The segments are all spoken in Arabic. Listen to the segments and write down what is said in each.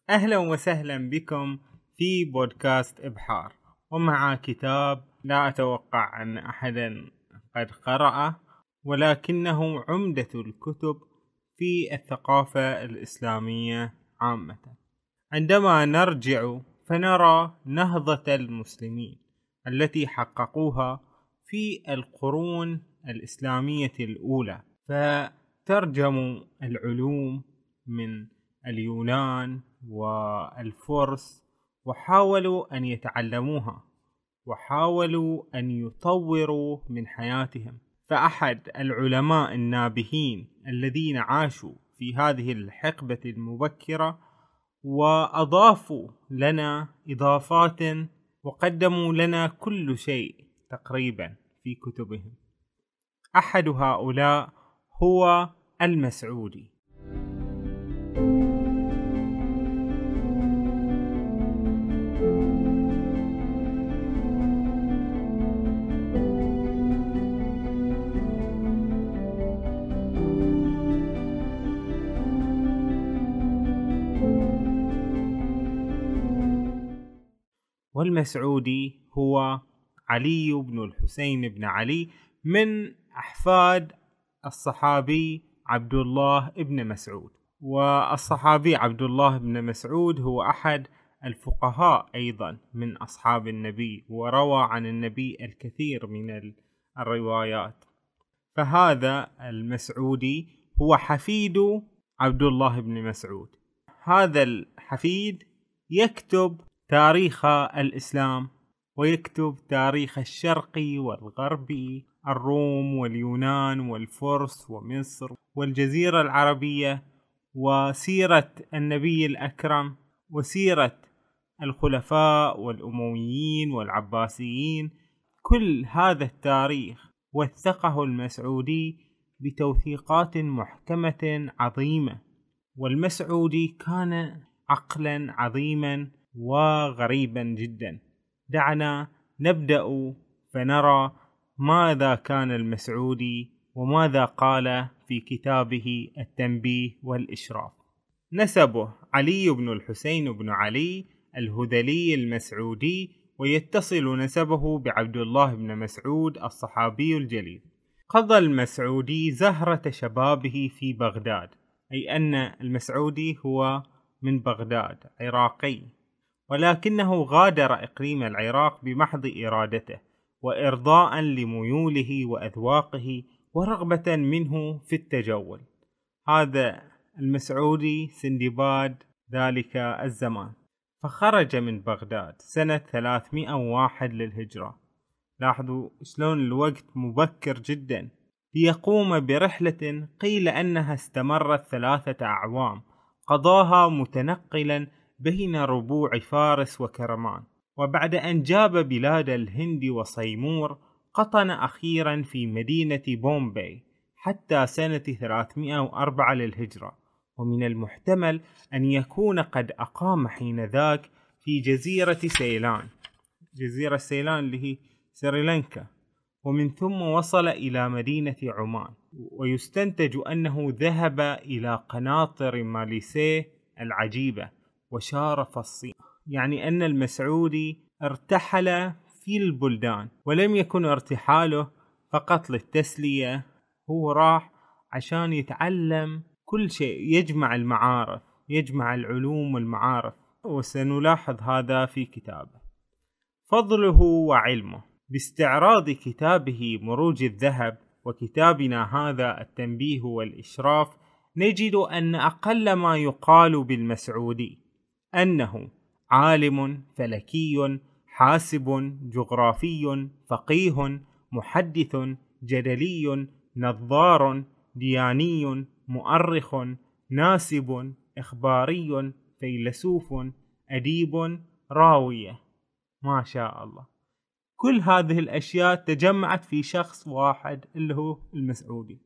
أهلا وسهلا بكم في بودكاست إبحار، ومع كتاب لا أتوقع أن أحدا قد قرأه، ولكنه عمدة الكتب في الثقافة الإسلامية عامة. عندما نرجع فنرى نهضة المسلمين التي حققوها في القرون الإسلامية الأولى، فترجموا العلوم من اليونان والفرس وحاولوا أن يتعلموها، وحاولوا أن يطوروا من حياتهم. فأحد العلماء النابهين الذين عاشوا في هذه الحقبة المبكرة وأضافوا لنا إضافات وقدموا لنا كل شيء تقريبا في كتبهم. أحد هؤلاء هو المسعودي. والمسعودي هو علي بن الحسين بن علي من أحفاد الصحابي عبد الله بن مسعود. والصحابي عبد الله بن مسعود هو أحد الفقهاء أيضا من أصحاب النبي، وروى عن النبي الكثير من الروايات. فهذا المسعودي هو حفيد عبد الله بن مسعود. هذا الحفيد يكتب تاريخ الإسلام، ويكتب تاريخ الشرقي والغربي، الروم واليونان والفرس ومصر والجزيرة العربية، وسيرة النبي الأكرم، وسيرة الخلفاء والأمويين والعباسيين. كل هذا التاريخ وثقه المسعودي بتوثيقات محكمة عظيمة. والمسعودي كان عقلا عظيما وغريبا جدا. دعنا نبدأ فنرى ماذا كان المسعودي وماذا قال في كتابه التنبيه والإشراف. نسبه علي بن الحسين بن علي الهذلي المسعودي، ويتصل نسبه بعبد الله بن مسعود الصحابي الجليل. قضى المسعودي زهرة شبابه في بغداد، أي أن المسعودي هو من بغداد، عراقي، ولكنه غادر إقليم العراق بمحض إرادته وإرضاء لميوله وأذواقه ورغبة منه في التجول. هذا المسعودي سندباد ذلك الزمان. فخرج من بغداد سنة 301 للهجرة. لاحظوا شلون الوقت مبكر جدا، ليقوم برحلة قيل أنها استمرت 3 أعوام، قضاها متنقلا بين ربوع فارس وكرمان. وبعد أن جاب بلاد الهند وصيمور، قطن أخيرا في مدينة بومباي حتى سنة 304 للهجرة. ومن المحتمل أن يكون قد أقام حين ذاك في جزيرة سيلان، جزيرة سيلان اللي هي سريلانكا، ومن ثم وصل إلى مدينة عمان. ويستنتج أنه ذهب إلى قناطر ماليسيه العجيبة وشارف الصين، يعني أن المسعودي ارتحل في البلدان، ولم يكن ارتحاله فقط للتسلية، هو راح عشان يتعلم كل شيء، يجمع المعارف، يجمع العلوم والمعارف، وسنلاحظ هذا في كتابه. فضله وعلمه. باستعراض كتابه مروج الذهب وكتابنا هذا التنبيه والإشراف، نجد أن أقل ما يقال بالمسعودي أنه عالم فلكي، حاسب، جغرافي، فقيه، محدث، جدلي، نظار، دياني، مؤرخ، ناسب، إخباري، فيلسوف، أديب، راوية. ما شاء الله، كل هذه الأشياء تجمعت في شخص واحد اللي هو المسعودي.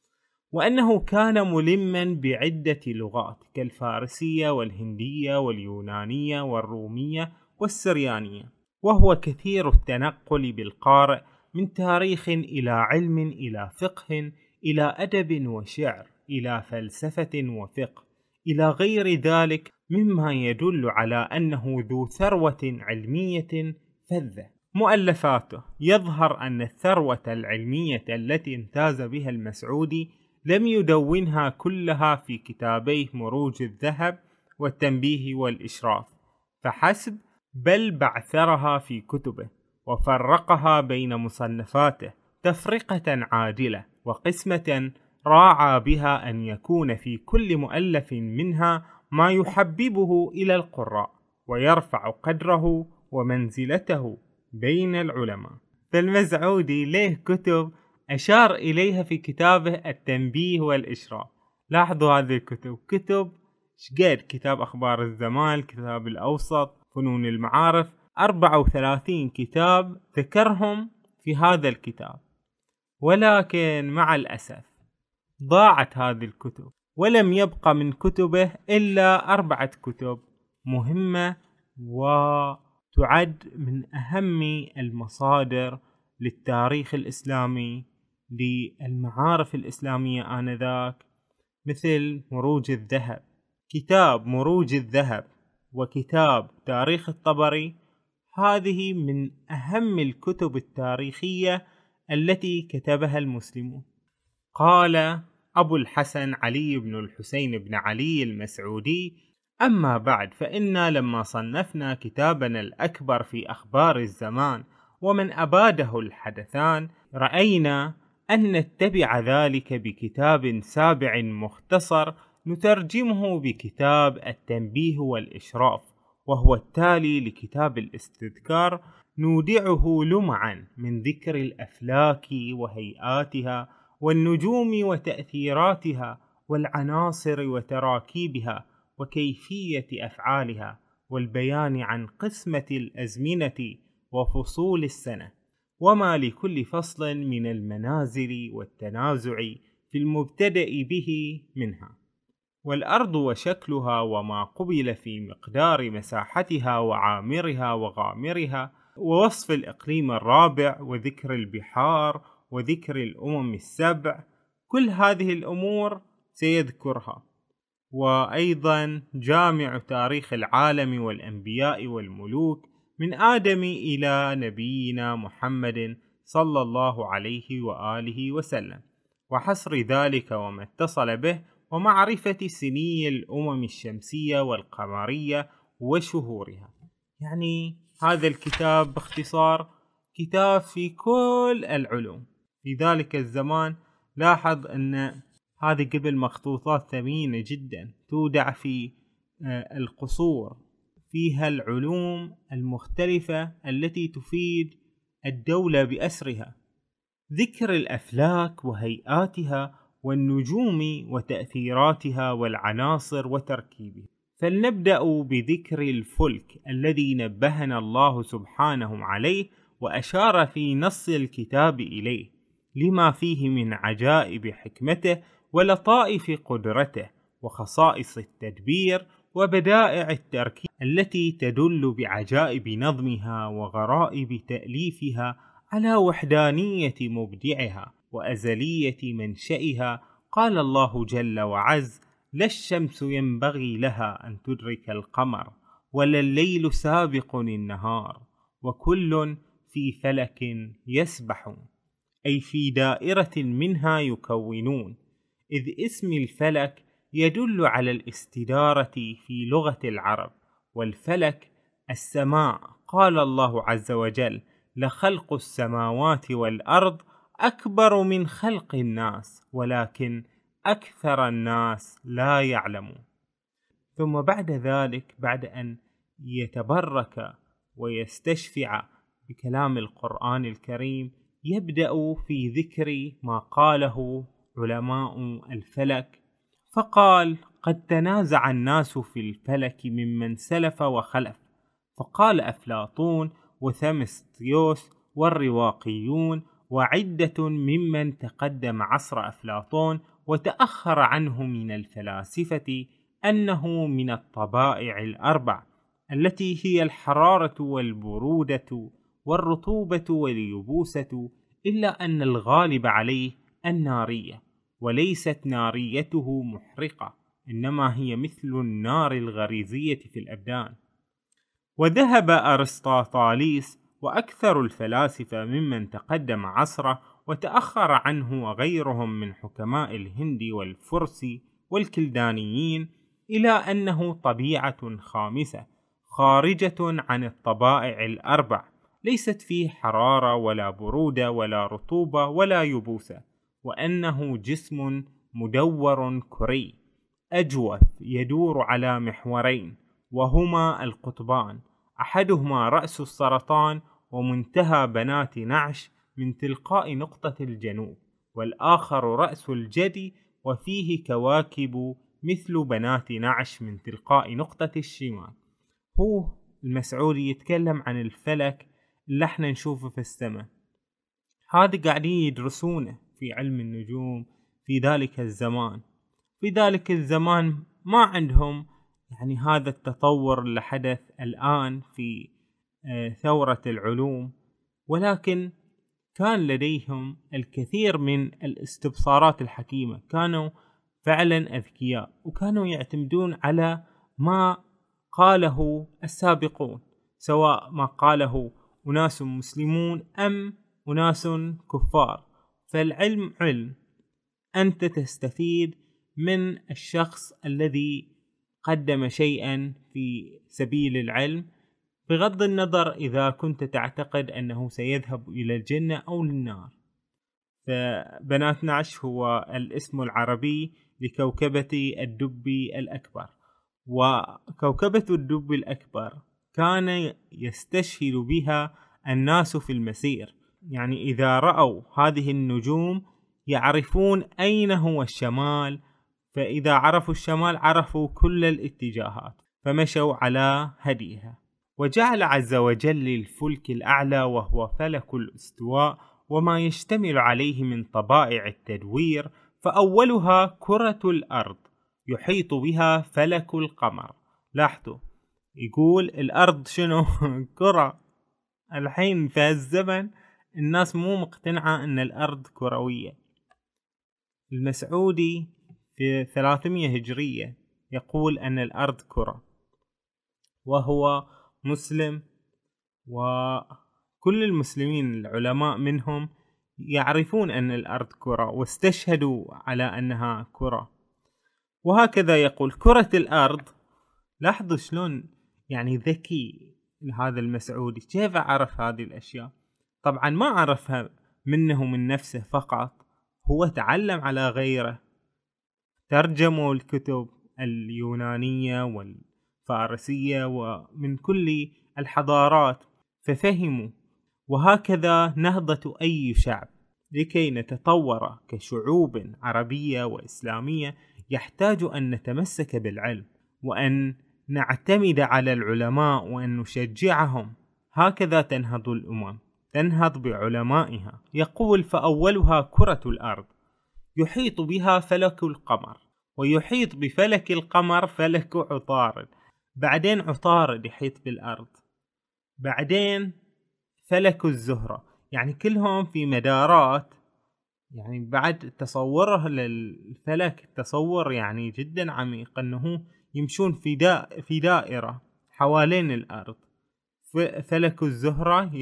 وأنه كان ملما بعدة لغات كالفارسية والهندية واليونانية والرومية والسريانية، وهو كثير التنقل بالقارئ من تاريخ إلى علم إلى فقه إلى أدب وشعر إلى فلسفة وفقه إلى غير ذلك مما يدل على أنه ذو ثروة علمية فذة. مؤلفاته يظهر أن الثروة العلمية التي امتاز بها المسعودي لم يدونها كلها في كتابيه مروج الذهب والتنبيه والإشراف فحسب، بل بعثرها في كتبه وفرقها بين مصنفاته تفرقة عادلة وقسمة راعى بها أن يكون في كل مؤلف منها ما يحببه إلى القراء ويرفع قدره ومنزلته بين العلماء. فالمسعودي له كتب أشار إليها في كتابه التنبيه والإشراف. لاحظوا هذه الكتب، كتب شقد: كتاب أخبار الزمان، كتاب الأوسط، فنون المعارف، 34 كتاب ذكرهم في هذا الكتاب. ولكن مع الأسف ضاعت هذه الكتب ولم يبقى من كتبه إلا 4 كتب مهمة وتعد من أهم المصادر للتاريخ الإسلامي للمعارف الإسلامية آنذاك، مثل مروج الذهب، كتاب مروج الذهب وكتاب تاريخ الطبري. هذه من أهم الكتب التاريخية التي كتبها المسلمون. قال أبو الحسن علي بن الحسين بن علي المسعودي: أما بعد، فإنا لما صنفنا كتابنا الأكبر في أخبار الزمان ومن أباده الحدثان، رأينا أن نتبع ذلك بكتاب سابع مختصر نترجمه بكتاب التنبيه والإشراف، وهو التالي لكتاب الاستذكار، نودعه لمعا من ذكر الأفلاك وهيئاتها والنجوم وتأثيراتها والعناصر وتراكيبها وكيفية أفعالها، والبيان عن قسمة الأزمنة وفصول السنة، وما لكل فصل من المنازل والتنازع في المبتدأ به منها، والأرض وشكلها وما قبل في مقدار مساحتها وعامرها وغامرها، ووصف الإقليم الرابع، وذكر البحار، وذكر الأمم السبع. كل هذه الأمور سيذكرها. وأيضا جامع تاريخ العالم والأنبياء والملوك من آدم إلى نبينا محمد صلى الله عليه وآله وسلم، وحصر ذلك وما اتصل به، ومعرفة سني الأمم الشمسية والقمرية وشهورها. يعني هذا الكتاب باختصار كتاب في كل العلوم في ذلك الزمان. لاحظ أن هذه قبل مخطوطات ثمينة جدا تودع في القصور، فيها العلوم المختلفة التي تفيد الدولة بأسرها، ذكر الأفلاك وهيئاتها والنجوم وتأثيراتها والعناصر وتركيبها. فلنبدأ بذكر الفلك الذي نبهنا الله سبحانه عليه وأشار في نص الكتاب إليه، لما فيه من عجائب حكمته ولطائف قدرته وخصائص التدبير وبدائع التركيب التي تدل بعجائب نظمها وغرائب تأليفها على وحدانية مبدعها وأزلية منشئها. قال الله جل وعز: لا الشمس ينبغي لها أن تدرك القمر ولا الليل سابق النهار وكل في فلك يسبحون، أي في دائرة منها يكونون، إذ اسم الفلك يدل على الاستدارة في لغة العرب، والفلك السماء. قال الله عز وجل: لخلق السماوات والأرض أكبر من خلق الناس ولكن أكثر الناس لا يعلمون. ثم بعد ذلك، بعد أن يتبرك ويستشفع بكلام القرآن الكريم، يبدأ في ذكر ما قاله علماء الفلك، فقال: قد تنازع الناس في الفلك ممن سلف وخلف، فقال أفلاطون وثمسطيوس والرواقيون وعدة ممن تقدم عصر أفلاطون وتأخر عنه من الفلاسفة أنه من الطبائع الأربع التي هي الحرارة والبرودة والرطوبة واليبوسة، إلا أن الغالب عليه النارية، وليست ناريته محرقة، إنما هي مثل النار الغريزية في الأبدان. وذهب أرسطاطاليس وأكثر الفلاسفة ممن تقدم عصره وتأخر عنه وغيرهم من حكماء الهند والفرس والكلدانيين إلى أنه طبيعة خامسة خارجة عن الطبائع الأربع، ليست فيه حرارة ولا برودة ولا رطوبة ولا يبوسة، وأنه جسم مدور كري أجوف يدور على محورين، وهما القطبان، أحدهما رأس السرطان ومنتهى بنات نعش من تلقاء نقطة الجنوب، والآخر رأس الجدي وفيه كواكب مثل بنات نعش من تلقاء نقطة الشمال. هو المسعودي يتكلم عن الفلك اللي احنا نشوفه في السماء، هذا قاعدين يدرسونه في علم النجوم في ذلك الزمان. في ذلك الزمان ما عندهم يعني هذا التطور اللي حدث الآن في ثورة العلوم، ولكن كان لديهم الكثير من الاستبصارات الحكيمة، كانوا فعلا أذكياء وكانوا يعتمدون على ما قاله السابقون، سواء ما قاله أناس مسلمون أم أناس كفار. فالعلم علم، أنت تستفيد من الشخص الذي قدم شيئا في سبيل العلم، بغض النظر إذا كنت تعتقد أنه سيذهب إلى الجنة أو للنار. فبنات نعش هو الاسم العربي لكوكبة الدب الأكبر، وكوكبة الدب الأكبر كان يستشهد بها الناس في المسير، يعني إذا رأوا هذه النجوم يعرفون أين هو الشمال، فإذا عرفوا الشمال عرفوا كل الاتجاهات فمشوا على هديها. وجعل عز وجل الفلك الأعلى وهو فلك الاستواء وما يشتمل عليه من طبائع التدوير، فأولها كرة الأرض يحيط بها فلك القمر. لاحظوا يقول الأرض شنو؟ كرة. الحين في الزمن الناس مو مقتنعة أن الأرض كروية. المسعودي في 300 هجرية يقول أن الأرض كرة، وهو مسلم، وكل المسلمين العلماء منهم يعرفون أن الأرض كرة واستشهدوا على أنها كرة. وهكذا يقول كرة الأرض. لاحظوا شلون يعني ذكي هذا المسعودي، كيف عرف هذه الأشياء؟ طبعا ما عرفها منه من نفسه فقط، هو تعلم على غيره، ترجموا الكتب اليونانية والفارسية ومن كل الحضارات ففهموا. وهكذا نهضة أي شعب لكي نتطور كشعوب عربية وإسلامية يحتاج أن نتمسك بالعلم وأن نعتمد على العلماء وأن نشجعهم. هكذا تنهض الأمم، تنهض بعلمائها. يقول فأولها كرة الأرض يحيط بها فلك القمر، ويحيط بفلك القمر فلك عطارد، بعدين عطارد يحيط بالأرض، بعدين فلك الزهرة، يعني كلهم في مدارات. يعني بعد تصوره للفلك تصور يعني جدا عميق، أنه يمشون في دائرة حوالين الأرض. فلك الزهرة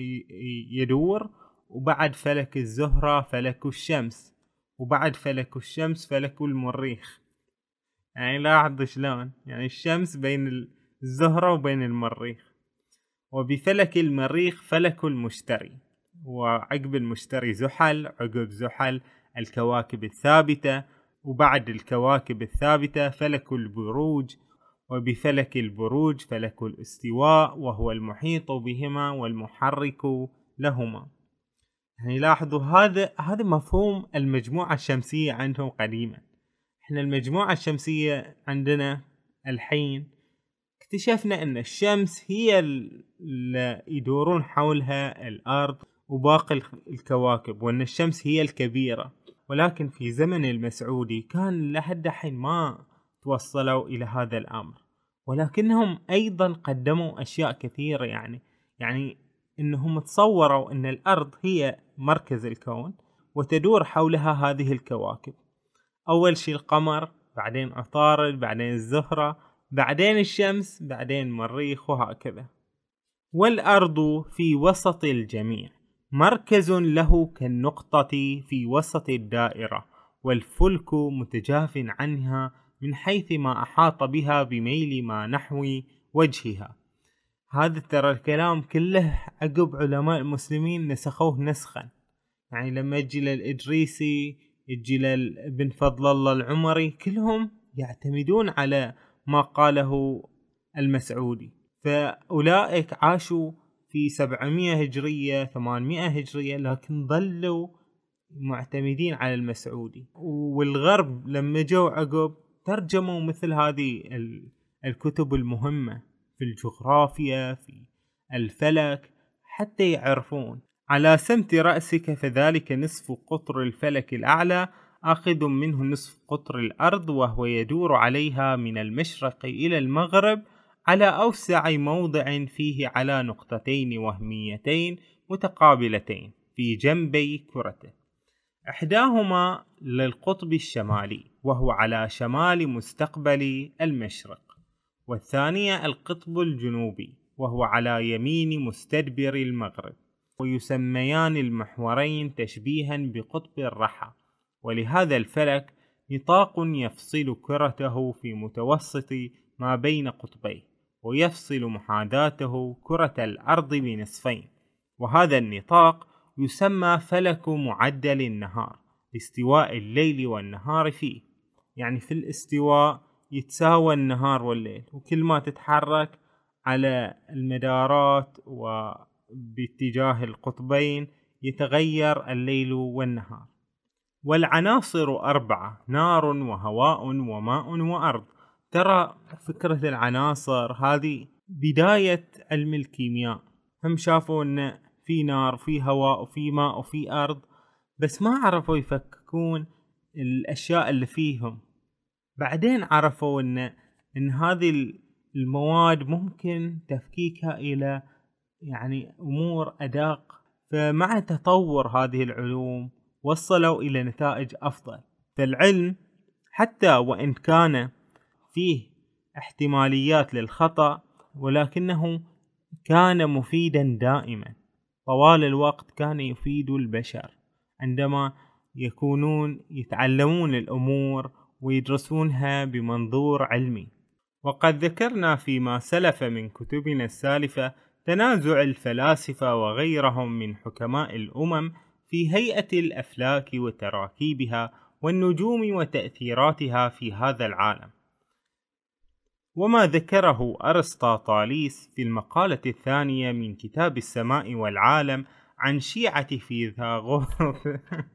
يدور، وبعد فلك الزهرة فلك الشمس، وبعد فلك الشمس فلك المريخ. يعني لاحظ شلون يعني الشمس بين الزهرة وبين المريخ. وبفلك المريخ فلك المشتري، وعقب المشتري زحل، عقب زحل الكواكب الثابتة، وبعد الكواكب الثابتة فلك البروج، وبفلك البروج فلك الاستواء وهو المحيط بهما والمحرك لهما. يعني لاحظوا هذا مفهوم المجموعة الشمسية عندهم قديما. احنا المجموعة الشمسية عندنا الحين اكتشفنا ان الشمس هي اللي يدورون حولها الارض وباقي الكواكب، وان الشمس هي الكبيرة. ولكن في زمن المسعودي كان لحد حين ما توصلوا الى هذا الامر، ولكنهم ايضا قدموا اشياء كثيرة. يعني انهم تصوروا ان الارض هي مركز الكون وتدور حولها هذه الكواكب. اول شيء القمر بعدين عطارد، بعدين الزهرة، بعدين الشمس، بعدين المريخ، وهكذا. والأرض في وسط الجميع، مركز له كالنقطة في وسط الدائرة، والفلك متجاف عنها من حيث ما أحاط بها بميل ما نحو وجهها. هذا ترى الكلام كله عقب علماء المسلمين نسخوه نسخا، يعني لما يجي للإدريسي، يجي لابن فضل الله العمري، كلهم يعتمدون على ما قاله المسعودي. فأولئك عاشوا في 700 هجرية 800 هجرية، لكن ظلوا معتمدين على المسعودي. والغرب لما جو عقب ترجموا مثل هذه الكتب المهمة في الجغرافيا، في الفلك، حتى يعرفون على سمت رأسك فذلك نصف قطر الفلك الأعلى، آخذ منه نصف قطر الأرض، وهو يدور عليها من المشرق إلى المغرب على أوسع موضع فيه على نقطتين وهميتين متقابلتين في جنبي كرته، إحداهما للقطب الشمالي وهو على شمال مستقبل المشرق، والثانية القطب الجنوبي وهو على يمين مستدبر المغرب، ويسميان المحورين تشبيها بقطب الرحى. ولهذا الفلك نطاق يفصل كرته في متوسط ما بين قطبيه، ويفصل محاذاته كرة الأرض بنصفين، وهذا النطاق يسمى فلك معدل النهار لاستواء الليل والنهار فيه. يعني في الاستواء يتساوى النهار والليل، وكل ما تتحرك على المدارات وباتجاه القطبين يتغير الليل والنهار. والعناصر 4: نار وهواء وماء وأرض. ترى فكرة العناصر هذه بداية علم الكيمياء، هم شافوا أن في نار، في هواء، وفي ماء، وفي أرض، بس ما عرفوا يفككون الأشياء اللي فيهم. بعدين عرفوا أن هذه المواد ممكن تفكيكها إلى يعني أمور أدق. فمع تطور هذه العلوم وصلوا إلى نتائج أفضل. فالعلم حتى وإن كان فيه احتماليات للخطأ، ولكنه كان مفيدا دائما طوال الوقت. كان يفيد البشر عندما يكونون يتعلمون الأمور ويدرسونها بمنظور علمي. وقد ذكرنا فيما سلف من كتبنا السالفة تنازع الفلاسفة وغيرهم من حكماء الأمم في هيئة الأفلاك وتراكيبها والنجوم وتأثيراتها في هذا العالم. وما ذكره أرسطاطاليس في المقالة الثانية من كتاب السماء والعالم عن شيعة فيثاغورس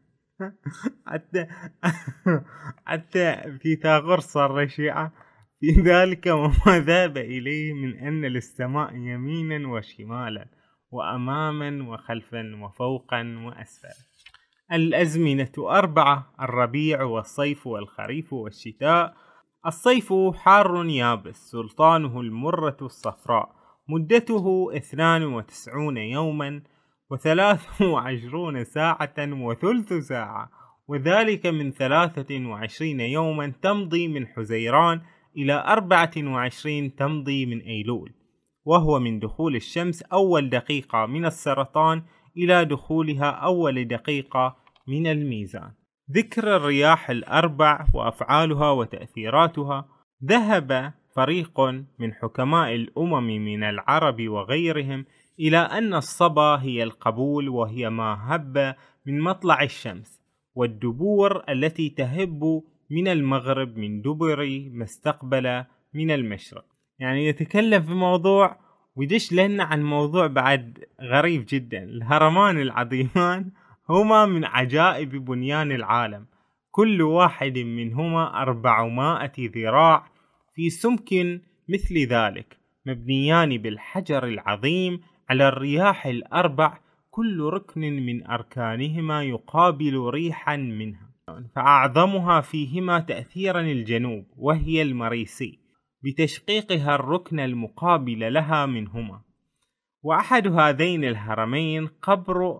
حتى فيثاغورس صار شيعة في ذلك، وما ذهب إليه من أن للسماء يمينا وشمالا وأماما وخلفا وفوقا وأسفلا. الأزمنة 4: الربيع والصيف والخريف والشتاء. الصيف حار يابس سلطانه المرة الصفراء، مدته 92 يوما و23 ساعة وثلث ساعة، وذلك من 23 يوما تمضي من حزيران إلى 24 تمضي من أيلول، وهو من دخول الشمس أول دقيقة من السرطان إلى دخولها أول دقيقة من الميزان. ذكر الرياح 4 وأفعالها وتأثيراتها. ذهب فريق من حكماء الأمم من العرب وغيرهم إلى أن الصبا هي القبول، وهي ما هب من مطلع الشمس، والدبور التي تهب من المغرب من دبر ما استقبل من المشرق. يعني يتكلم في موضوع ويدش لنا عن موضوع بعد غريب جدا. الهرمان العظيمان هما من عجائب بنيان العالم، كل واحد منهما 400 ذراع في سمك مثل ذلك، مبنيان بالحجر العظيم على الرياح 4، كل ركن من أركانهما يقابل ريحا منها، فأعظمها فيهما تأثيرا الجنوب وهي المريسي بتشقيقها الركن المقابل لها منهما. وأحد هذين الهرمين قبر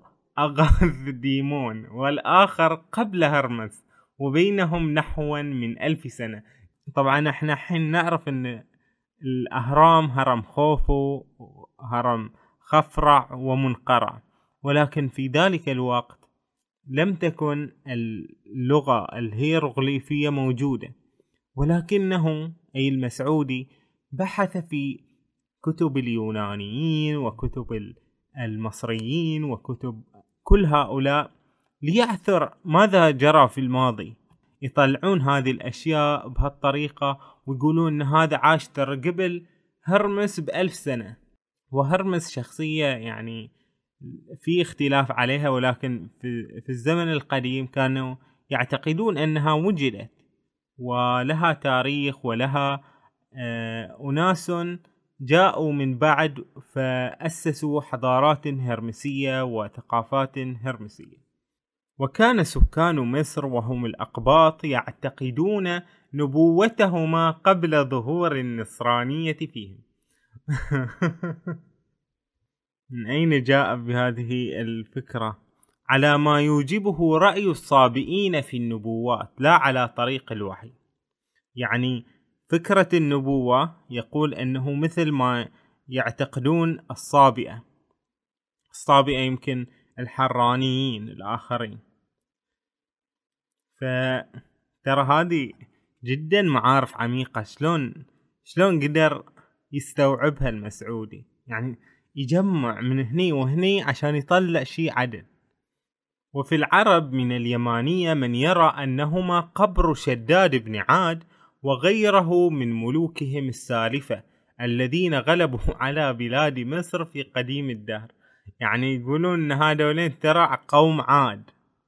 أغاث ديمون، والآخر قبل هرمس، وبينهم نحو من 1000 سنة. طبعا احنا الحين نعرف ان الأهرام هرم خوفو وهرم خفرع ومنقرع، ولكن في ذلك الوقت لم تكن اللغة الهيروغليفية موجودة، ولكنه أي المسعودي بحث في كتب اليونانيين وكتب المصريين وكتب كل هؤلاء ليعثر ماذا جرى في الماضي. يطلعون هذه الأشياء بهالطريقة ويقولون أن هذا عاش ترى قبل هرمس ب1000 سنة، وهرمس شخصية يعني في اختلاف عليها، ولكن في الزمن القديم كانوا يعتقدون أنها وجدت ولها تاريخ ولها أناس جاءوا من بعد فأسسوا حضارات هرمسية وثقافات هرمسية. وكان سكان مصر وهم الأقباط يعتقدون نبوتهما قبل ظهور النصرانية فيهم. من أين جاء بهذه الفكرة؟ على ما يوجبه رأي الصابئين في النبوات لا على طريق الوحي. يعني فكرة النبوة يقول أنه مثل ما يعتقدون الصابئة يمكن الحرانيين الآخرين. فترى هذه جدا معارف عميقة. شلون قدر يستوعبها المسعودي؟ يعني يجمع من هني وهني عشان يطلع شيء عدل. وفي العرب من اليمانية من يرى أنهما قبر شداد بن عاد وغيره من ملوكهم السالفة الذين غلبوا على بلاد مصر في قديم الدهر. يعني يقولون أن هذولين ترى قوم عاد،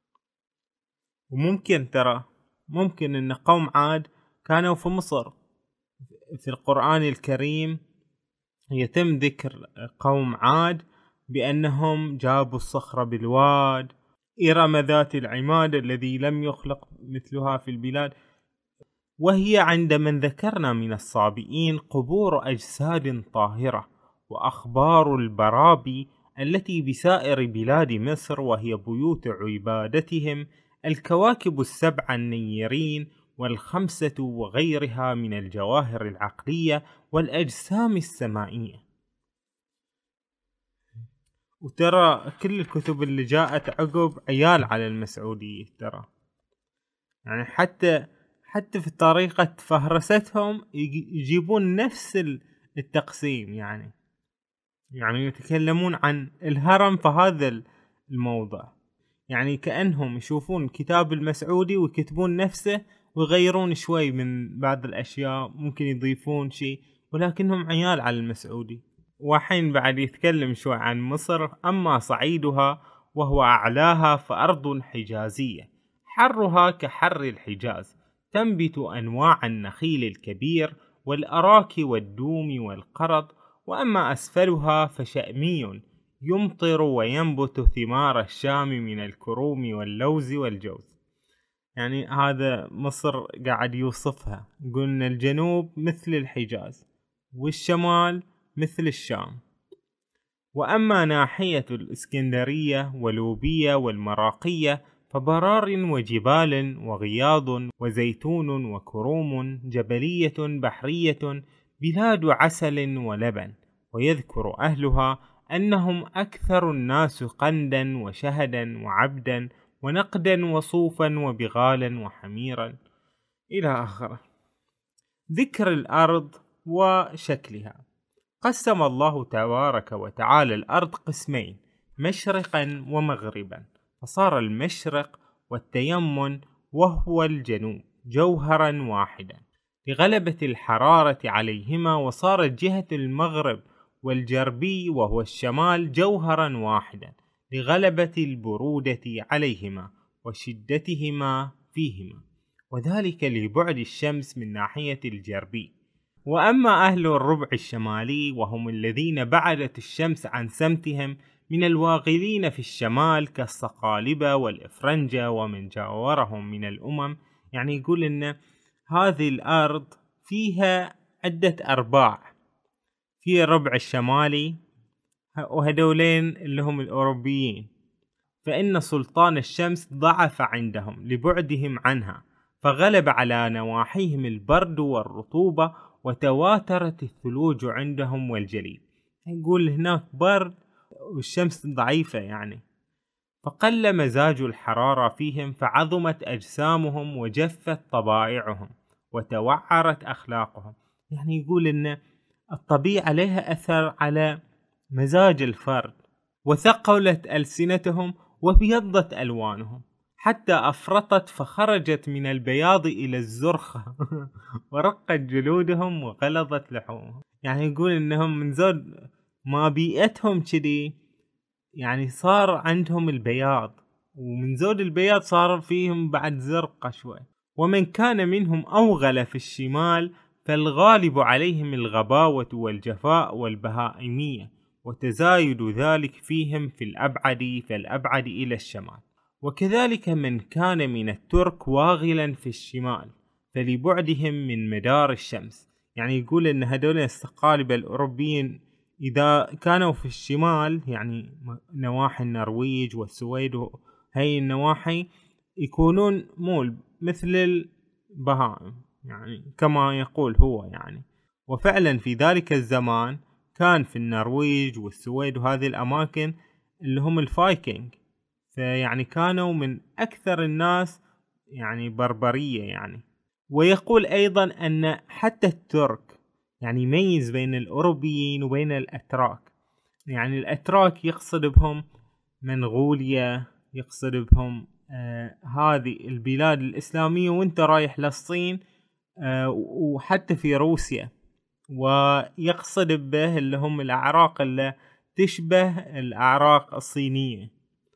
وممكن ممكن أن قوم عاد كانوا في مصر. في القرآن الكريم يتم ذكر قوم عاد بأنهم جابوا الصخر بالواد، إرم ذات العماد الذي لم يخلق مثلها في البلاد. وهي عند من ذكرنا من الصابئين قبور أجساد طاهرة وأخبار البرابي التي بسائر بلاد مصر، وهي بيوت عبادتهم الكواكب السبع النيرين والخمسة وغيرها من الجواهر العقلية والأجسام السمائية. وترى كل الكتب اللي جاءت عقب عيال على المسعودية، ترى يعني حتى في طريقة فهرستهم يجيبون نفس التقسيم. يعني يتكلمون عن الهرم في هذا الموضع، يعني كأنهم يشوفون كتاب المسعودي ويكتبون نفسه ويغيرون شوي من بعض الأشياء، ممكن يضيفون شيء، ولكنهم عيال على المسعودي. وحين بعد يتكلم شوي عن مصر: أما صعيدها وهو أعلاها فأرض حجازية حرها كحر الحجاز، تنبت أنواع النخيل الكبير والأراك والدوم والقرض. وأما أسفلها فشأمي يمطر وينبت ثمار الشام من الكروم واللوز والجوز. يعني هذا مصر قاعد يوصفها، قلنا الجنوب مثل الحجاز والشمال مثل الشام. وأما ناحية الإسكندرية ولوبية والمراقية فبرار وجبال وغياض وزيتون وكروم جبلية بحرية بلاد عسل ولبن. ويذكر أهلها أنهم أكثر الناس قندا وشهدا وعبدا ونقدا وصوفا وبغالا وحميرا إلى آخره. ذكر الأرض وشكلها. قسم الله تبارك وتعالى الأرض قسمين: مشرقا ومغربا، فصار المشرق والتيمن وهو الجنوب جوهرا واحدا لغلبة الحرارة عليهما، وصارت جهة المغرب والجربي وهو الشمال جوهرا واحدا لغلبة البرودة عليهما وشدتهما فيهما، وذلك لبعد الشمس من ناحية الجربي. وأما أهل الربع الشمالي وهم الذين بعدت الشمس عن سمتهم من الواغلين في الشمال كالصقالبة والإفرنجة ومن جاورهم من الأمم. يعني يقول إن هذه الأرض فيها عدة أرباع، في الربع الشمالي وهدولين اللي هم الأوروبيين، فإن سلطان الشمس ضعف عندهم لبعدهم عنها، فغلب على نواحيهم البرد والرطوبة، وتواترت الثلوج عندهم والجليد. يقول هناك برد والشمس ضعيفة يعني، فقل مزاج الحرارة فيهم، فعظمت أجسامهم وجفت طبائعهم وتوعرت أخلاقهم. يعني يقول إن الطبيعة لها أثر على مزاج الفرد، وثقلت ألسنتهم وابيضت ألوانهم حتى أفرطت، فخرجت من البياض إلى الزرخة ورقت جلودهم وغلظت لحومهم. يعني يقول إنهم من زود ما بيئتهم كذي يعني صار عندهم البياض، ومن زود البياض صار فيهم بعد زرقة شوي. ومن كان منهم أوغل في الشمال، فالغالب عليهم الغباوة والجفاء والبهائمية، وتزايد ذلك فيهم في الأبعد فالأبعد إلى الشمال. وكذلك من كان من الترك واغلا في الشمال، فلبعدهم من مدار الشمس. يعني يقول إن هدول الثقالب الأوروبيين إذا كانوا في الشمال، يعني نواحي النرويج والسويد هاي النواحي، يكونون مول مثل البهائم يعني كما يقول هو يعني. وفعلا في ذلك الزمان كان في النرويج والسويد وهذه الأماكن اللي هم الفايكنج، فيعني كانوا من أكثر الناس يعني بربرية يعني. ويقول أيضا أن حتى الترك يعني يميز بين الأوروبيين وبين الأتراك. يعني الأتراك يقصد بهم منغوليا، يقصد بهم هذه البلاد الإسلامية، وانت رايح للصين وحتى في روسيا. ويقصد به اللي هم الأعراق اللي تشبه الأعراق الصينية.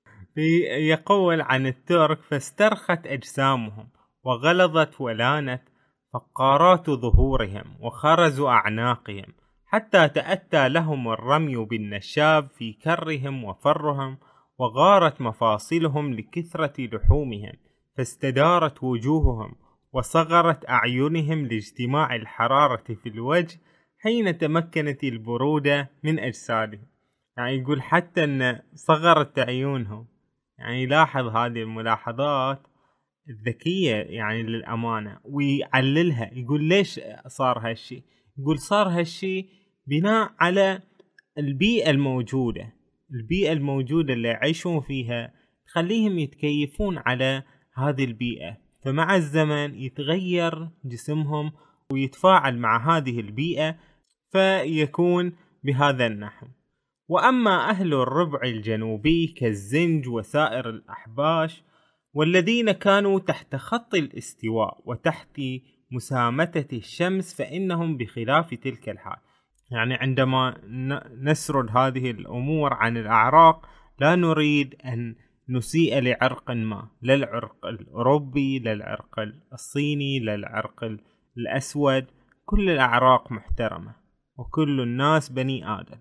يقول عن الترك: فاسترخت أجسامهم وغلظت ولانت فقارات ظهورهم وخرزوا أعناقهم، حتى تأتى لهم الرمي بالنشاب في كرهم وفرهم، وغارت مفاصلهم لكثرة لحومهم، فاستدارت وجوههم وصغرت أعينهم لاجتماع الحرارة في الوجه حين تمكنت البرودة من أجسادهم. يعني يقول حتى أن صغرت عيونهم. يعني يلاحظ هذه الملاحظات الذكية يعني للأمانة ويعللها. يقول ليش صار هالشي؟ يقول صار هالشي بناء على البيئة الموجودة. البيئة الموجودة اللي يعيشون فيها تخليهم يتكيفون على هذه البيئة، فمع الزمن يتغير جسمهم ويتفاعل مع هذه البيئة فيكون بهذا النحو. وأما أهل الربع الجنوبي كالزنج وسائر الأحباش والذين كانوا تحت خط الاستواء وتحت مسامتة الشمس، فإنهم بخلاف تلك الحال. يعني عندما نسرد هذه الأمور عن الأعراق لا نريد أن نسيء لعرق ما، لا العرق الأوروبي، لا العرق الصيني، لا العرق الأسود. كل الأعراق محترمة وكل الناس بني آدم.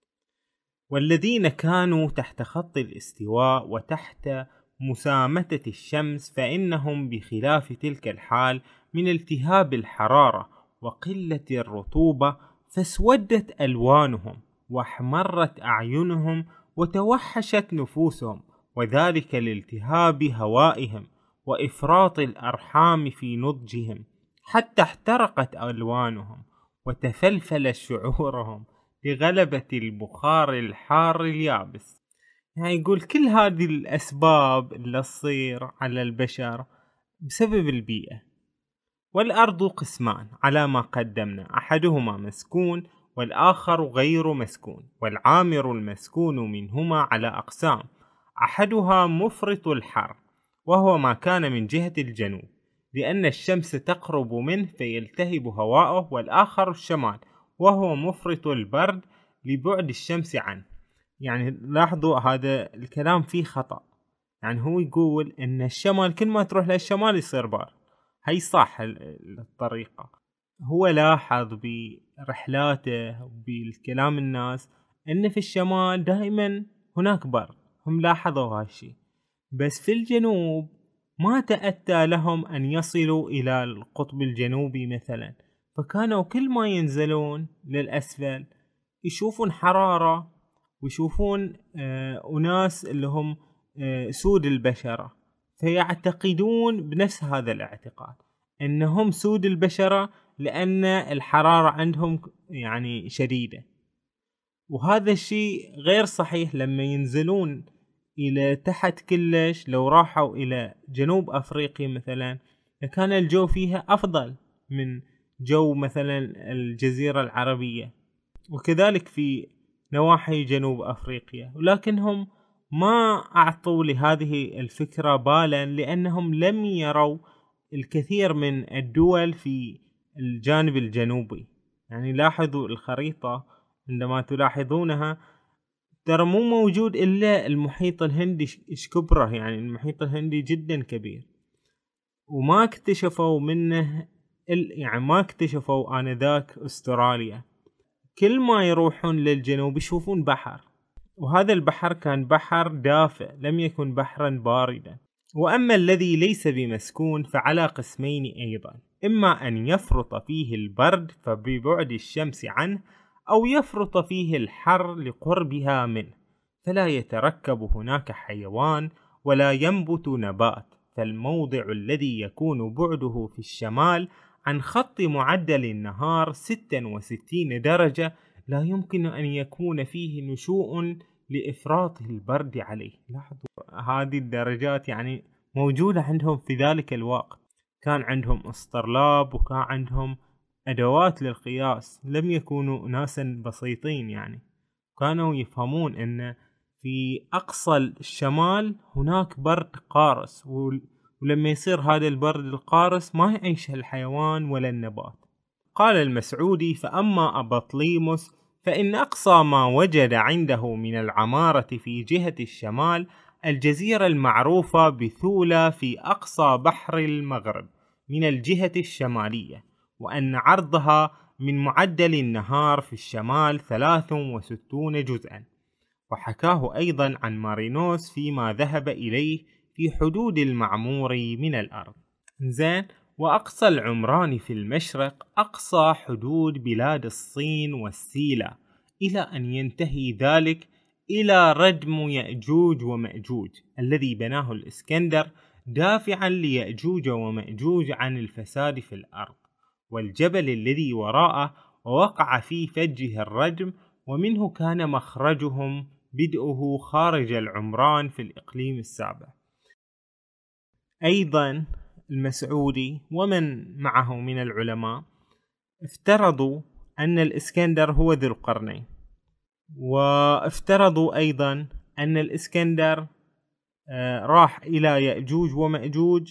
والذين كانوا تحت خط الاستواء وتحت مسامتة الشمس، فإنهم بخلاف تلك الحال من التهاب الحرارة وقلة الرطوبة، فاسودت ألوانهم واحمرت أعينهم وتوحشت نفوسهم، وذلك لالتهاب هوائهم وإفراط الأرحام في نضجهم، حتى احترقت ألوانهم وتفلفل شعورهم لغلبة البخار الحار اليابس. يعني يقول كل هذه الأسباب اللي تصير على البشر بسبب البيئة. والأرض قسمان على ما قدمنا: أحدهما مسكون والآخر غير مسكون، والعامر المسكون منهما على أقسام: أحدها مفرط الحر وهو ما كان من جهة الجنوب لأن الشمس تقرب منه فيلتهب هواؤه، والآخر الشمال وهو مفرط البرد لبعد الشمس عنه. يعني لاحظوا هذا الكلام فيه خطأ. يعني هو يقول إن الشمال كل ما تروح للشمال يصير بار، هي صح الطريقة. هو لاحظ برحلاته وبالكلام الناس إن في الشمال دائما هناك برد، هم لاحظوا هالشي. بس في الجنوب ما تأتى لهم أن يصلوا إلى القطب الجنوبي مثلا، فكانوا كل ما ينزلون للأسفل يشوفون حرارة ويشوفون أناس اللي هم سود البشرة، فيعتقدون بنفس هذا الاعتقاد أنهم سود البشرة لأن الحرارة عندهم يعني شديدة. وهذا الشيء غير صحيح. لما ينزلون إلى تحت كلش، لو راحوا إلى جنوب أفريقيا مثلا، كان الجو فيها أفضل من جو مثلا الجزيرة العربية، وكذلك في نواحي جنوب أفريقيا. ولكنهم ما أعطوا لهذه الفكرة بالا، لأنهم لم يروا الكثير من الدول في الجانب الجنوبي. يعني لاحظوا الخريطة عندما تلاحظونها ترى مو موجود إلا المحيط الهندي إيش كبره. يعني المحيط الهندي جدا كبير، وما اكتشفوا منه يعني ما اكتشفوا آنذاك أستراليا. كل ما يروحون للجنوب يشوفون بحر، وهذا البحر كان بحر دافئ، لم يكن بحرا باردا. وأما الذي ليس بمسكون فعلى قسمين أيضا، إما أن يفرط فيه البرد فببعد الشمس عنه، أو يفرط فيه الحر لقربها منه، فلا يتركب هناك حيوان ولا ينبت نبات. فالموضع الذي يكون بعده في الشمال عن خط معدل النهار 66 درجة لا يمكن أن يكون فيه نشوء لإفراط البرد عليه. لاحظوا هذه الدرجات يعني موجودة عندهم في ذلك الوقت. كان عندهم اسطرلاب وكان عندهم أدوات للقياس، لم يكونوا ناسا بسيطين. يعني كانوا يفهمون أن في أقصى الشمال هناك برد قارس، ولما يصير هذا البرد القارس ما يعيش الحيوان ولا النبات. قال المسعودي: فأما بطليموس فإن أقصى ما وجد عنده من العمارة في جهة الشمال الجزيرة المعروفة بثولة في أقصى بحر المغرب من الجهة الشمالية، وأن عرضها من معدل النهار في الشمال 63 جزءا. وحكاه أيضا عن مارينوس فيما ذهب إليه في حدود المعمور من الأرض. زين. وأقصى العمران في المشرق أقصى حدود بلاد الصين والسيلة، إلى أن ينتهي ذلك إلى ردم يأجوج ومأجوج الذي بناه الإسكندر دافعا ليأجوج ومأجوج عن الفساد في الأرض، والجبل الذي وراءه ووقع في فجه الرجم، ومنه كان مخرجهم بدءه خارج العمران في الإقليم السابع. أيضا المسعودي ومن معه من العلماء افترضوا أن الإسكندر هو ذو القرنين، وافترضوا أيضا أن الإسكندر راح إلى يأجوج ومأجوج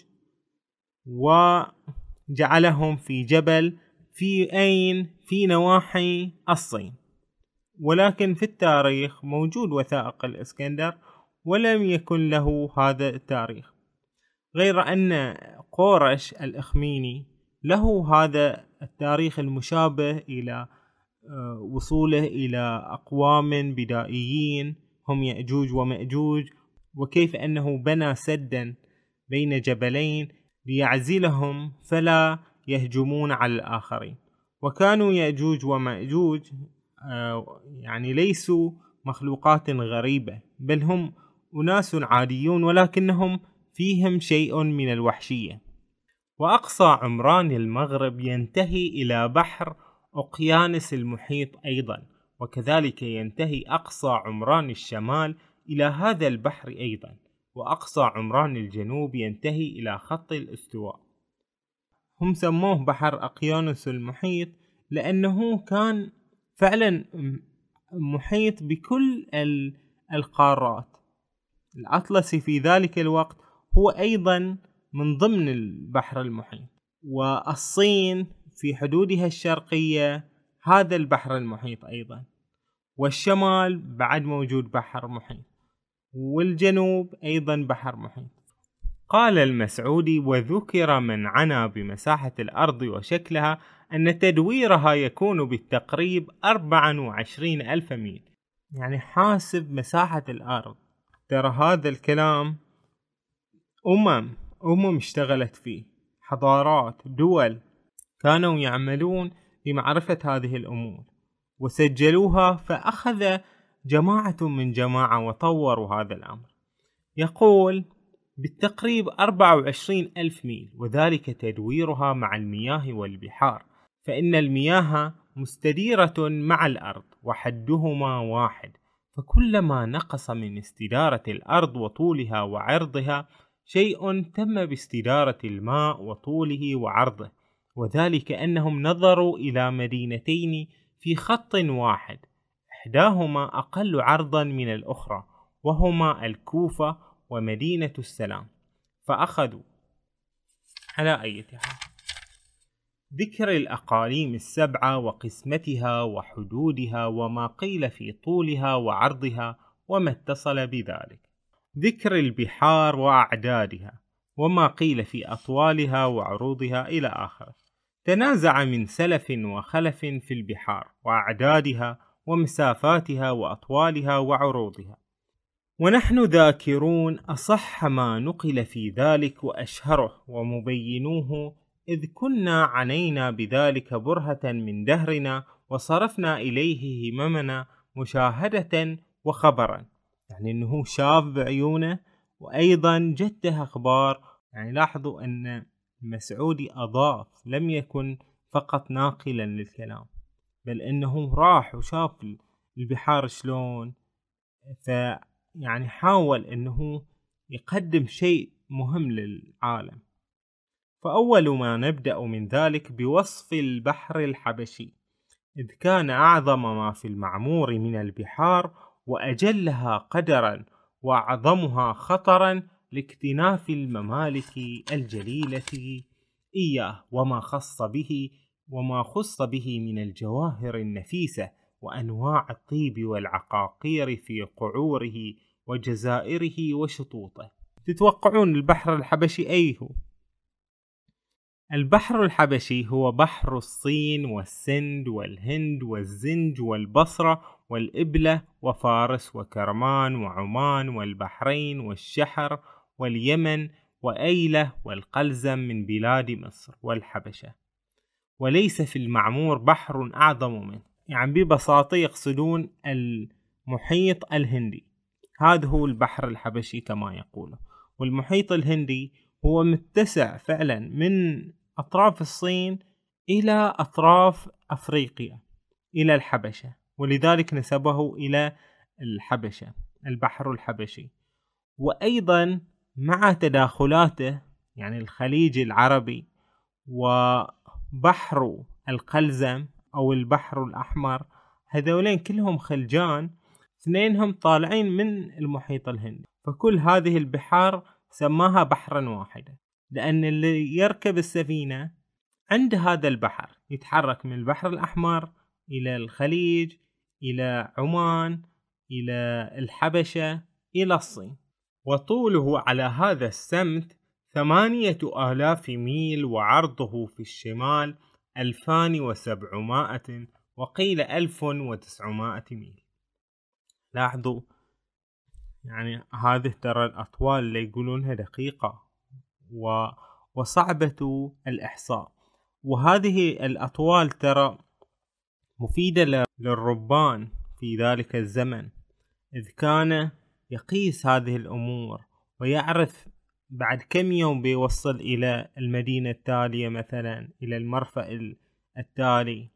وجعلهم في جبل في نواحي الصين. ولكن في التاريخ موجود وثائق الإسكندر ولم يكن له هذا التاريخ، غير أن قورش الإخميني له هذا التاريخ المشابه إلى وصوله إلى أقوام بدائيين هم يأجوج ومأجوج، وكيف أنه بنى سدا بين جبلين ليعزلهم فلا يهجمون على الآخرين. وكانوا يأجوج ومأجوج يعني ليسوا مخلوقات غريبة، بل هم أناس عاديون ولكنهم فيهم شيء من الوحشية. وأقصى عمران المغرب ينتهي إلى بحر أقيانوس المحيط أيضا، وكذلك ينتهي أقصى عمران الشمال إلى هذا البحر أيضا، وأقصى عمران الجنوب ينتهي إلى خط الاستواء. هم سموه بحر أقيانوس المحيط لأنه كان فعلا محيط بكل القارات. الأطلسي في ذلك الوقت هو أيضا من ضمن البحر المحيط، والصين في حدودها الشرقية هذا البحر المحيط أيضا، والشمال بعد موجود بحر محيط، والجنوب أيضا بحر محيط. قال المسعودي: وذكر من عنى بمساحة الأرض وشكلها أن تدويرها يكون بالتقريب 24,000 ميل. يعني حاسب مساحة الأرض. ترى هذا الكلام أمم اشتغلت فيه، حضارات، دول كانوا يعملون بمعرفة هذه الأمور وسجلوها، فأخذ جماعة من جماعة وطوروا هذا الأمر. يقول: بالتقريب 24 ألف ميل، وذلك تدويرها مع المياه والبحار، فإن المياه مستديرة مع الأرض وحدهما واحد، فكلما نقص من استدارة الأرض وطولها وعرضها شيء تم باستدارة الماء وطوله وعرضه، وذلك أنهم نظروا إلى مدينتين في خط واحد، إحداهما أقل عرضا من الأخرى، وهما الكوفة ومدينة السلام، فأخذوا على أي حال ذكر الأقاليم السبعة وقسمتها وحدودها وما قيل في طولها وعرضها وما اتصل بذلك، ذكر البحار وأعدادها وما قيل في أطوالها وعروضها إلى آخره. تنازع من سلف وخلف في البحار وأعدادها ومسافاتها وأطوالها وعروضها، ونحن ذاكرون أصح ما نقل في ذلك وأشهره ومبينوه، إذ كنا عنينا بذلك برهة من دهرنا وصرفنا إليه هممنا مشاهدة وخبرا، يعني أنه شاف بعيونه وأيضا جته أخبار. يعني لاحظوا أن المسعودي أضاف، لم يكن فقط ناقلا للكلام، بل أنه راح وشاف البحار شلون، يعني حاول أنه يقدم شيء مهم للعالم. فأول ما نبدأ من ذلك بوصف البحر الحبشي، إذ كان أعظم ما في المعمور من البحار وأجلها قدرا وأعظمها خطرا لاكتناف الممالك الجليلة إياه، وما خص به من الجواهر النفيسة وأنواع الطيب والعقاقير في قعوره وجزائره وشطوطه. تتوقعون البحر الحبشي أي هو؟ البحر الحبشي هو بحر الصين والسند والهند والزنج والبصرة والإبلة وفارس وكرمان وعمان والبحرين والشحر واليمن وأيلة والقلزم من بلاد مصر والحبشة، وليس في المعمور بحر أعظم منه. يعني ببساطة يقصدون المحيط الهندي، هذا هو البحر الحبشي كما يقوله. والمحيط الهندي هو متسع فعلا من أطراف الصين إلى أطراف أفريقيا إلى الحبشة، ولذلك نسبه إلى الحبشة البحر الحبشي. وأيضا مع تداخلاته يعني الخليج العربي وبحر القلزم أو البحر الأحمر، هذولين كلهم خلجان، اثنينهم طالعين من المحيط الهندي، فكل هذه البحار سماها بحرا واحدا، لأن اللي يركب السفينة عند هذا البحر يتحرك من البحر الأحمر إلى الخليج إلى عمان إلى الحبشة إلى الصين. وطوله على هذا السمت 8000 ميل، وعرضه في الشمال 2700 وقيل 1900 ميل. لاحظوا يعني هذه ترى الأطوال اللي يقولونها دقيقة وصعبة الإحصاء، وهذه الأطوال ترى مفيدة للربان في ذلك الزمن، إذ كان يقيس هذه الأمور ويعرف بعد كم يوم بيوصل إلى المدينة التالية، مثلا إلى المرفأ التالي.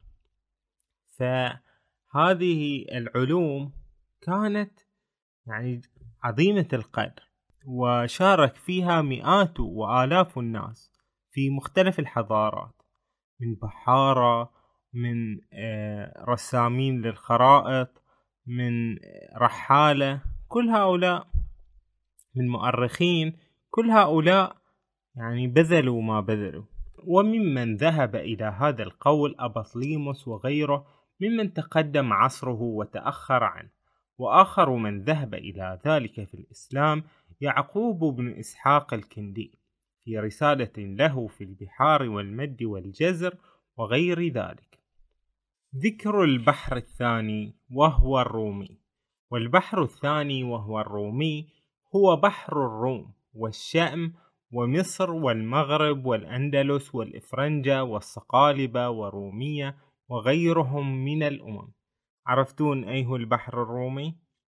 فهذه العلوم كانت يعني عظيمة القدر، وشارك فيها مئات وآلاف الناس في مختلف الحضارات، من بحارة، من رسامين للخرائط، من رحالة، كل هؤلاء من مؤرخين، كل هؤلاء يعني بذلوا ما بذلوا. وممن ذهب إلى هذا القول أبطليموس وغيره ممن تقدم عصره وتأخر عنه. وآخر من ذهب إلى ذلك في الإسلام يعقوب بن إسحاق الكندي في رسالة له في البحار والمد والجزر وغير ذلك. ذكر البحر الثاني وهو الرومي. والبحر الثاني وهو الرومي هو بحر الروم والشام ومصر والمغرب والأندلس والإفرنجة والصقالبة ورومية وغيرهم من الأمم. عرفتون أي هو البحر الرومي؟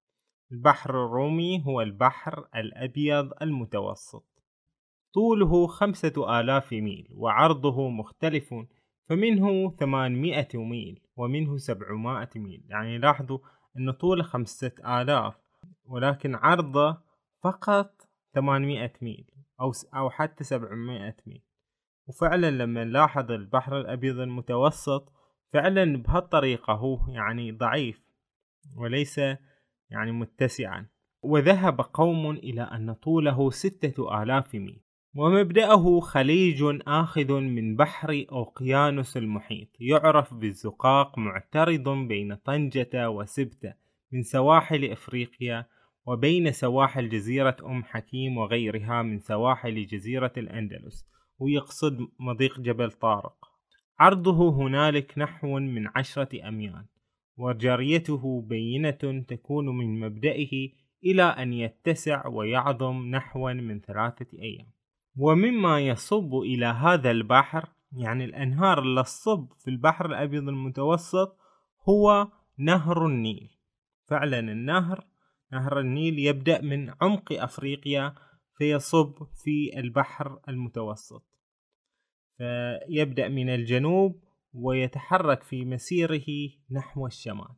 البحر الرومي هو البحر الأبيض المتوسط، طوله 5000 ميل وعرضه مختلف، فمنه 800 ميل ومنه 700 ميل. يعني لاحظوا أن طوله 5000 ولكن عرضه فقط 800 ميل أو حتى 700 ميل. وفعلا لما نلاحظ البحر الأبيض المتوسط فعلا بهالطريقة هو يعني ضعيف وليس يعني متسعا. وذهب قوم إلى أن طوله 6000 ميل، ومبدأه خليج آخذ من بحر أوقيانوس المحيط يعرف بالزقاق، معترض بين طنجة وسبتة من سواحل إفريقيا وبين سواحل جزيرة حكيم وغيرها من سواحل جزيرة الأندلس، ويقصد مضيق جبل طارق. عرضه هنالك نحو من 10 أميال، وجريته بينة تكون من مبدئه إلى أن يتسع ويعظم نحو من 3 أيام. ومما يصب إلى هذا البحر، يعني الأنهار اللي تصب في البحر الأبيض المتوسط، هو نهر النيل. فعلا نهر النيل يبدأ من عمق أفريقيا فيصب في البحر المتوسط، فيبدأ من الجنوب ويتحرك في مسيره نحو الشمال.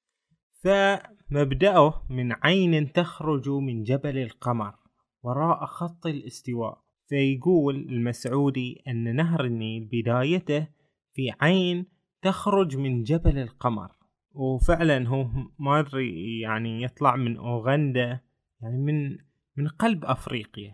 فمبدأه من عين تخرج من جبل القمر وراء خط الاستواء. فيقول المسعودي أن نهر النيل بدايته في عين تخرج من جبل القمر، وفعلا هو ما أدري يعني يطلع من أوغندا، يعني من قلب أفريقيا.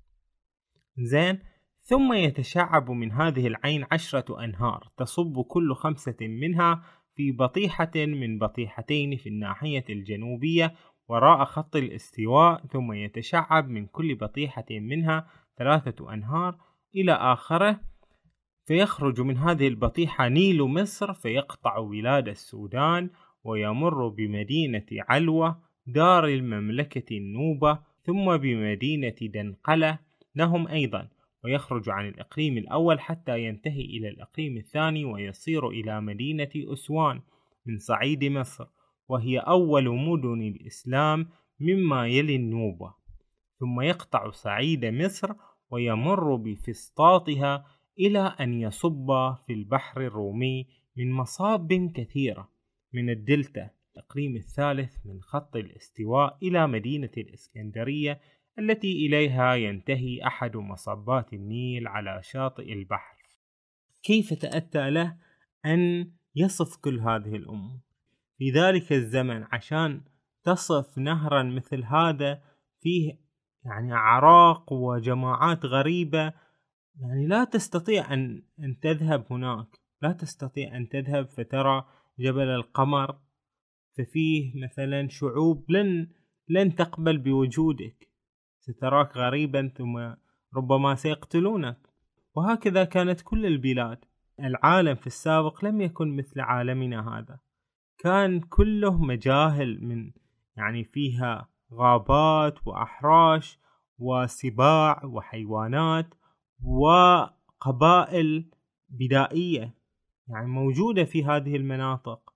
زين، ثم يتشعب من هذه العين 10 أنهار تصب كل 5 منها في بطيحة من بطيحتين في الناحية الجنوبية وراء خط الاستواء، ثم يتشعب من كل بطيحة منها 3 أنهار إلى آخره. فيخرج من هذه البطيحة نيل مصر فيقطع بلاد السودان ويمر بمدينة علوة دار المملكة النوبة، ثم بمدينة دنقلة لهم أيضا، ويخرج عن الإقليم الأول حتى ينتهي إلى الإقليم الثاني ويصير إلى مدينة أسوان من صعيد مصر، وهي أول مدن الإسلام مما يلي النوبة. ثم يقطع صعيد مصر ويمر بفسطاطها إلى أن يصب في البحر الرومي من مصاب كثيرة من الدلتا، الإقليم الثالث من خط الاستواء، إلى مدينة الإسكندرية التي إليها ينتهي أحد مصبات النيل على شاطئ البحر. كيف تأتى له أن يصف كل هذه الأمور في ذلك الزمن عشان تصف نهرا مثل هذا فيه يعني أعراق وجماعات غريبة؟ يعني لا تستطيع أن تذهب هناك، لا تستطيع أن تذهب فترى جبل القمر، ففيه مثلا شعوب لن تقبل بوجودك، ستراك غريبا ثم ربما سيقتلونك. وهكذا كانت كل البلاد. العالم في السابق لم يكن مثل عالمنا هذا، كان كله مجاهل، من يعني فيها غابات وأحراش وسباع وحيوانات وقبائل بدائية يعني موجودة في هذه المناطق.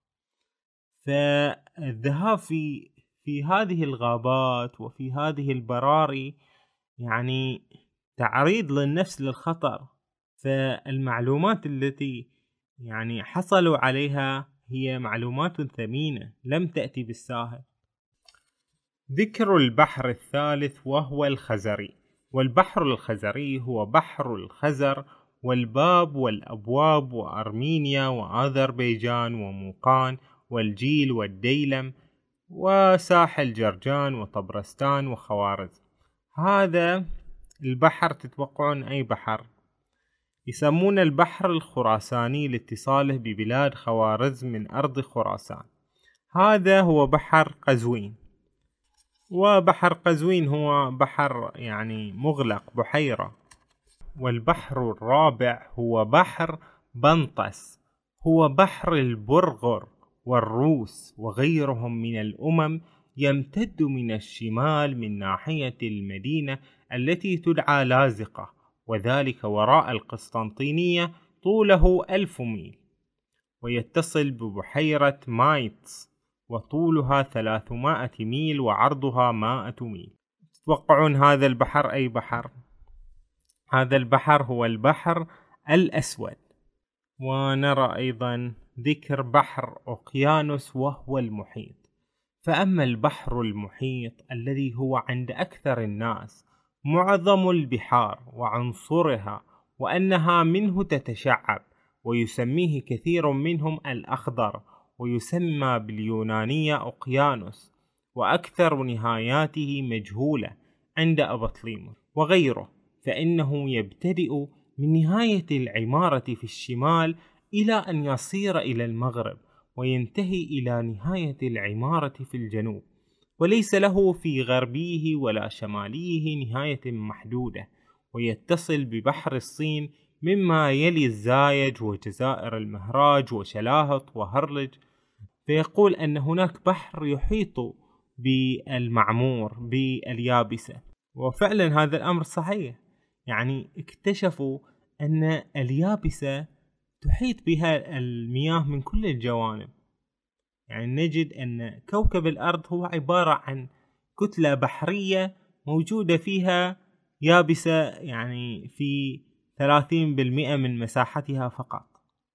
فالذهاب في هذه الغابات وفي هذه البراري يعني تعريض للنفس للخطر. فالمعلومات التي يعني حصلوا عليها هي معلومات ثمينة لم تأتي بالساهل. ذكر البحر الثالث وهو الخزري. والبحر الخزري هو بحر الخزر والباب والأبواب وأرمينيا وأذربيجان وموقان والجيل والديلم وساحل جرجان وطبرستان وخوارزم. هذا البحر تتوقعون أي بحر؟ يسمون البحر الخراساني لاتصاله ببلاد خوارزم من أرض خراسان. هذا هو بحر قزوين، وبحر قزوين هو بحر يعني مغلق بحيرة. والبحر الرابع هو بحر بنطس، هو بحر البرغر والروس وغيرهم من الأمم، يمتد من الشمال من ناحية المدينة التي تدعى لازقة، وذلك وراء القسطنطينية، طوله 1000 ميل، ويتصل ببحيرة مايتس وطولها 300 ميل وعرضها 100 ميل. تتوقعون هذا البحر أي بحر؟ هذا البحر هو البحر الأسود. ونرى أيضا ذكر بحر أوقيانوس وهو المحيط. فأما البحر المحيط الذي هو عند أكثر الناس معظم البحار وعنصرها وأنها منه تتشعب، ويسميه كثير منهم الأخضر، ويسمى باليونانية أوقيانوس، وأكثر نهاياته مجهولة عند أبطليموس وغيره، فإنه يبتدئ من نهاية العمارة في الشمال إلى أن يصير إلى المغرب، وينتهي إلى نهاية العمارة في الجنوب، وليس له في غربيه ولا شماليه نهاية محدودة، ويتصل ببحر الصين مما يلي الزايج وجزائر المهراج وشلاهط وهرلج. فيقول أن هناك بحر يحيط بالمعمور باليابسة، وفعلا هذا الأمر صحيح. يعني اكتشفوا أن اليابسة تحيط بها المياه من كل الجوانب. يعني نجد أن كوكب الأرض هو عبارة عن كتلة بحرية موجودة فيها يابسة، يعني في 30% من مساحتها فقط.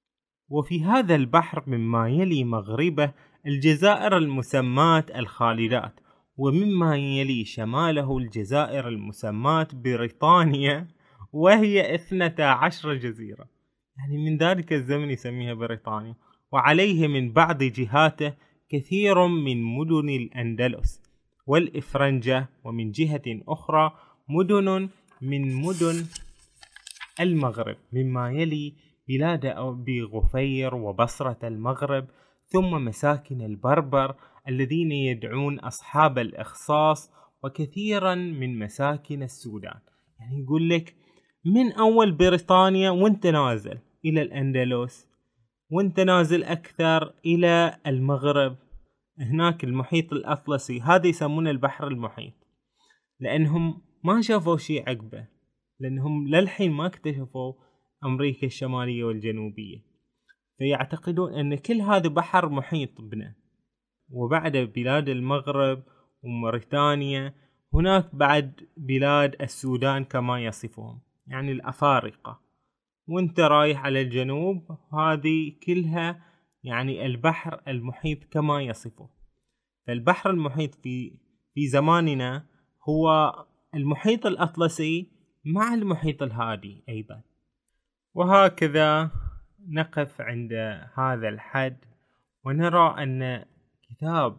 وفي هذا البحر مما يلي مغربه الجزائر المسماة الخالدات، ومما يلي شماله الجزائر المسماة بريطانيا، وهي 12 جزيرة، يعني من ذلك الزمن يسميها بريطانيا. وعليه من بعض جهاته كثير من مدن الأندلس والإفرنجة، ومن جهة أخرى مدن من مدن المغرب مما يلي بلاد بغفير وبصرة المغرب، ثم مساكن البربر الذين يدعون أصحاب الإخصاص، وكثيرا من مساكن السودان. يعني يقول لك من أول بريطانيا وانت نازل إلى الأندلس، وانت نازل أكثر إلى المغرب، هناك المحيط الأطلسي، هذا يسمونه البحر المحيط، لأنهم ما شافوا شيء عقبه، لأنهم للحين ما اكتشفوا أمريكا الشمالية والجنوبية، فيعتقدون أن كل هذا بحر محيط بنا. وبعد بلاد المغرب وموريتانيا هناك بعد بلاد السودان كما يصفهم، يعني الأفارقة، وانت رايح على الجنوب هذه كلها يعني البحر المحيط كما يصفه. فالبحر المحيط في زماننا هو المحيط الأطلسي مع المحيط الهادي أيضا. وهكذا نقف عند هذا الحد، ونرى أن كتاب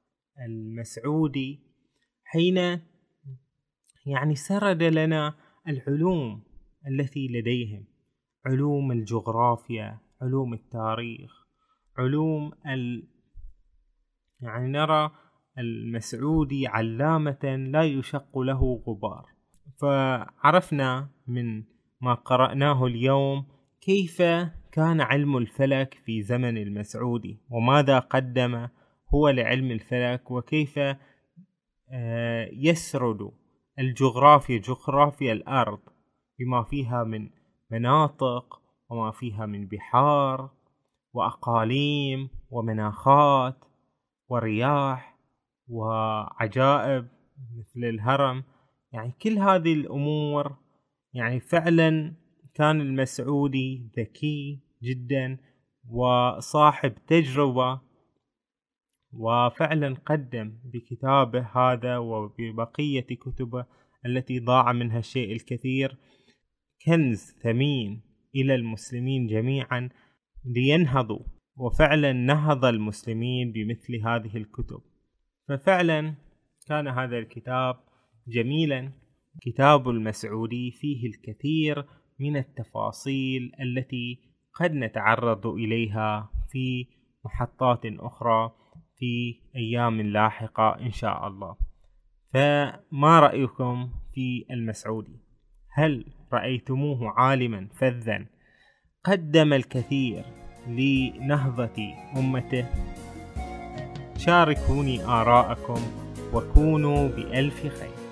المسعودي حين يعني سرد لنا العلوم التي لديهم، علوم الجغرافيا، علوم التاريخ، علوم يعني نرى المسعودي علامة لا يشق له غبار. فعرفنا من ما قرأناه اليوم كيف كان علم الفلك في زمن المسعودي، وماذا قدم هو لعلم الفلك، وكيف يسرد الجغرافيا، جغرافيا الأرض، بما فيها من مناطق وما فيها من بحار وأقاليم ومناخات ورياح وعجائب مثل الهرم. يعني كل هذه الأمور، يعني فعلا كان المسعودي ذكي جدا وصاحب تجربة، وفعلا قدم بكتابه هذا وببقية كتبه التي ضاع منها الشيء الكثير كنز ثمين إلى المسلمين جميعا لينهضوا. وفعلا نهض المسلمين بمثل هذه الكتب. ففعلا كان هذا الكتاب جميلا. كتاب المسعودي فيه الكثير من التفاصيل التي قد نتعرض إليها في محطات أخرى في أيام لاحقة إن شاء الله. فما رأيكم في المسعودي؟ هل رأيتموه عالما فذا قدم الكثير لنهضة أمته؟ شاركوني آراءكم وكونوا بألف خير.